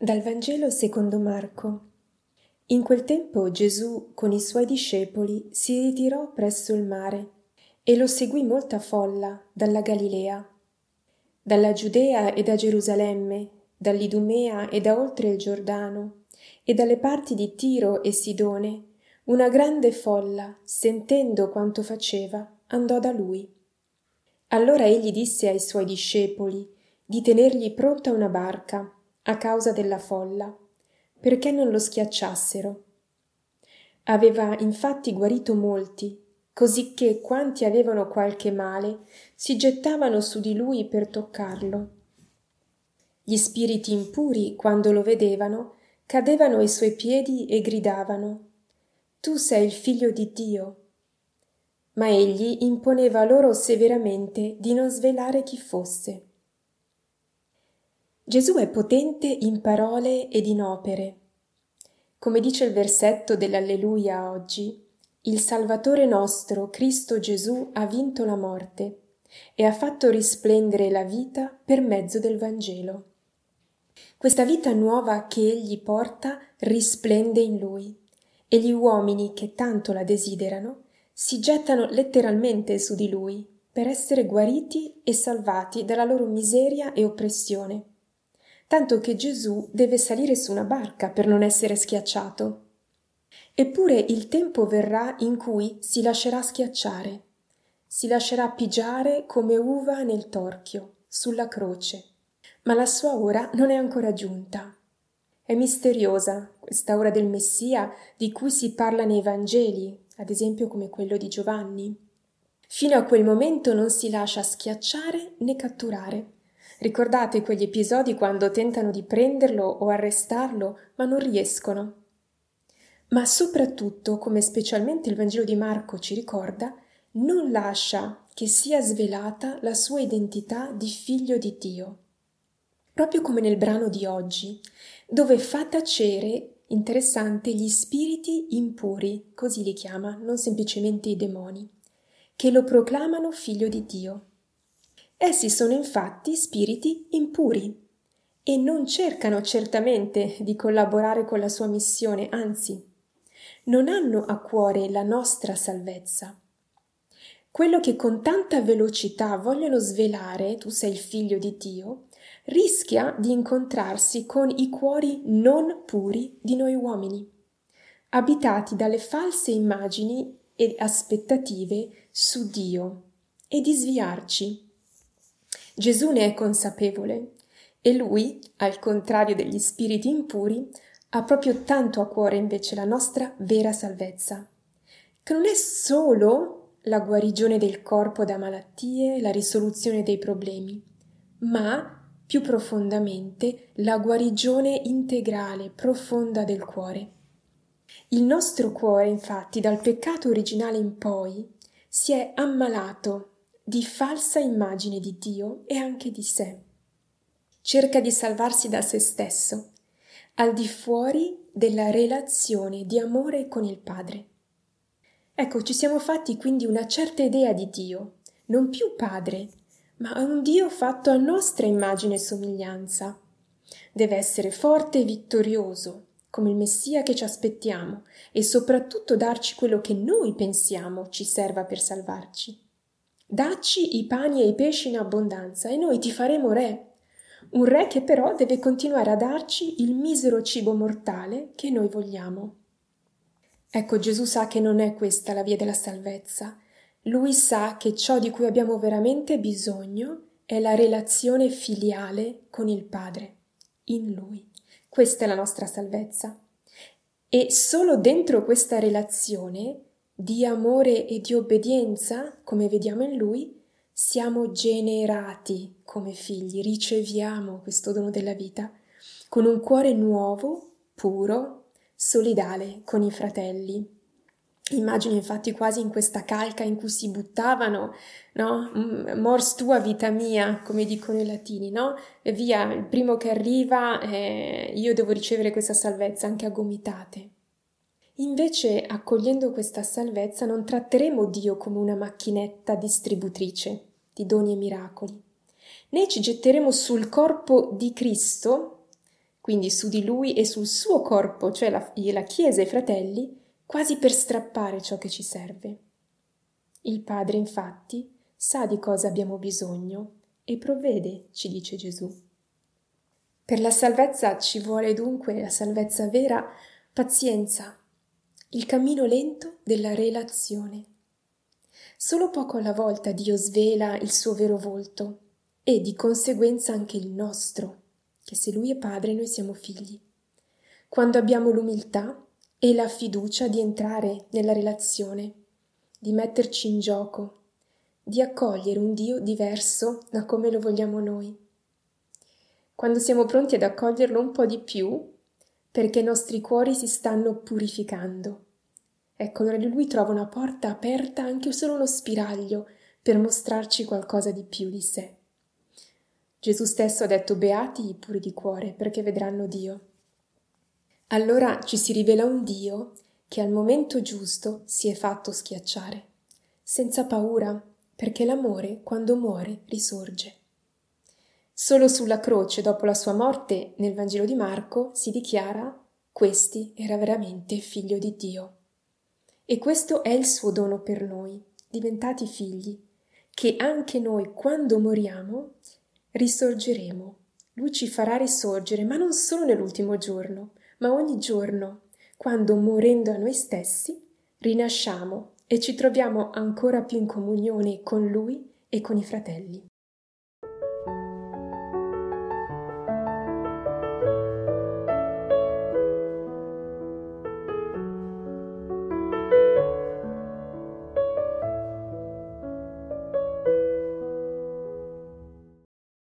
Dal Vangelo secondo Marco. In quel tempo Gesù con i suoi discepoli si ritirò presso il mare e lo seguì molta folla dalla Galilea, dalla Giudea e da Gerusalemme, dall'Idumea e da oltre il Giordano, e dalle parti di Tiro e Sidone. Una grande folla, sentendo quanto faceva, andò da lui. Allora egli disse ai suoi discepoli di tenergli pronta una barca a causa della folla, perché non lo schiacciassero. Aveva infatti guarito molti, cosicché quanti avevano qualche male si gettavano su di lui per toccarlo. Gli spiriti impuri, quando lo vedevano, cadevano ai suoi piedi e gridavano: «Tu sei il Figlio di Dio». Ma egli imponeva loro severamente di non svelare chi fosse. Gesù è potente in parole ed in opere. Come dice il versetto dell'Alleluia oggi, il Salvatore nostro, Cristo Gesù, ha vinto la morte e ha fatto risplendere la vita per mezzo del Vangelo. Questa vita nuova che egli porta risplende in lui e gli uomini che tanto la desiderano si gettano letteralmente su di lui per essere guariti e salvati dalla loro miseria e oppressione. Tanto che Gesù deve salire su una barca per non essere schiacciato. Eppure il tempo verrà in cui si lascerà schiacciare, si lascerà pigiare come uva nel torchio, sulla croce, ma la sua ora non è ancora giunta. È misteriosa questa ora del Messia di cui si parla nei Vangeli, ad esempio come quello di Giovanni. Fino a quel momento non si lascia schiacciare né catturare. Ricordate quegli episodi quando tentano di prenderlo o arrestarlo, ma non riescono. Ma soprattutto, come specialmente il Vangelo di Marco ci ricorda, non lascia che sia svelata la sua identità di figlio di Dio. Proprio come nel brano di oggi, dove fa tacere, interessante, gli spiriti impuri, così li chiama, non semplicemente i demoni, che lo proclamano figlio di Dio. Essi sono infatti spiriti impuri e non cercano certamente di collaborare con la sua missione, anzi, non hanno a cuore la nostra salvezza. Quello che con tanta velocità vogliono svelare, tu sei il figlio di Dio, rischia di incontrarsi con i cuori non puri di noi uomini, abitati dalle false immagini e aspettative su Dio, e di sviarci. Gesù ne è consapevole e lui, al contrario degli spiriti impuri, ha proprio tanto a cuore invece la nostra vera salvezza, che non è solo la guarigione del corpo da malattie, la risoluzione dei problemi, ma più profondamente la guarigione integrale, profonda del cuore. Il nostro cuore, infatti, dal peccato originale in poi, si è ammalato di falsa immagine di Dio e anche di sé. Cerca di salvarsi da se stesso, al di fuori della relazione di amore con il Padre. Ecco, ci siamo fatti quindi una certa idea di Dio, non più Padre, ma un Dio fatto a nostra immagine e somiglianza. Deve essere forte e vittorioso, come il Messia che ci aspettiamo, e soprattutto darci quello che noi pensiamo ci serva per salvarci. Dacci i pani e i pesci in abbondanza e noi ti faremo re. Un re che però deve continuare a darci il misero cibo mortale che noi vogliamo. Ecco, Gesù sa che non è questa la via della salvezza. Lui sa che ciò di cui abbiamo veramente bisogno è la relazione filiale con il Padre, in Lui. Questa è la nostra salvezza. E solo dentro questa relazione di amore e di obbedienza, come vediamo in Lui, siamo generati come figli, riceviamo questo dono della vita, con un cuore nuovo, puro, solidale con i fratelli. Immagino infatti quasi in questa calca in cui si buttavano, no? Mors tua vita mia, come dicono i latini, no? E via, il primo che arriva, io devo ricevere questa salvezza anche a gomitate. Invece, accogliendo questa salvezza, non tratteremo Dio come una macchinetta distributrice di doni e miracoli, né ci getteremo sul corpo di Cristo quindi su di lui e sul suo corpo, cioè la Chiesa e i fratelli, quasi per strappare ciò che ci serve. Il Padre, infatti, sa di cosa abbiamo bisogno e provvede, ci dice Gesù. Per la salvezza ci vuole dunque, la salvezza vera, pazienza, il cammino lento della relazione. Solo poco alla volta Dio svela il suo vero volto e di conseguenza anche il nostro, che se Lui è Padre noi siamo figli. Quando abbiamo l'umiltà e la fiducia di entrare nella relazione, di metterci in gioco, di accogliere un Dio diverso da come lo vogliamo noi. Quando siamo pronti ad accoglierlo un po' di più, perché i nostri cuori si stanno purificando. Ecco, allora Lui trova una porta aperta, anche solo uno spiraglio, per mostrarci qualcosa di più di sé. Gesù stesso ha detto: beati i puri di cuore, perché vedranno Dio. Allora ci si rivela un Dio che al momento giusto si è fatto schiacciare, senza paura, perché l'amore, quando muore, risorge. Solo sulla croce, dopo la sua morte, nel Vangelo di Marco, si dichiara: questi era veramente figlio di Dio. E questo è il suo dono per noi, diventati figli, che anche noi, quando moriamo, risorgeremo. Lui ci farà risorgere, ma non solo nell'ultimo giorno, ma ogni giorno, quando morendo a noi stessi, rinasciamo e ci troviamo ancora più in comunione con Lui e con i fratelli.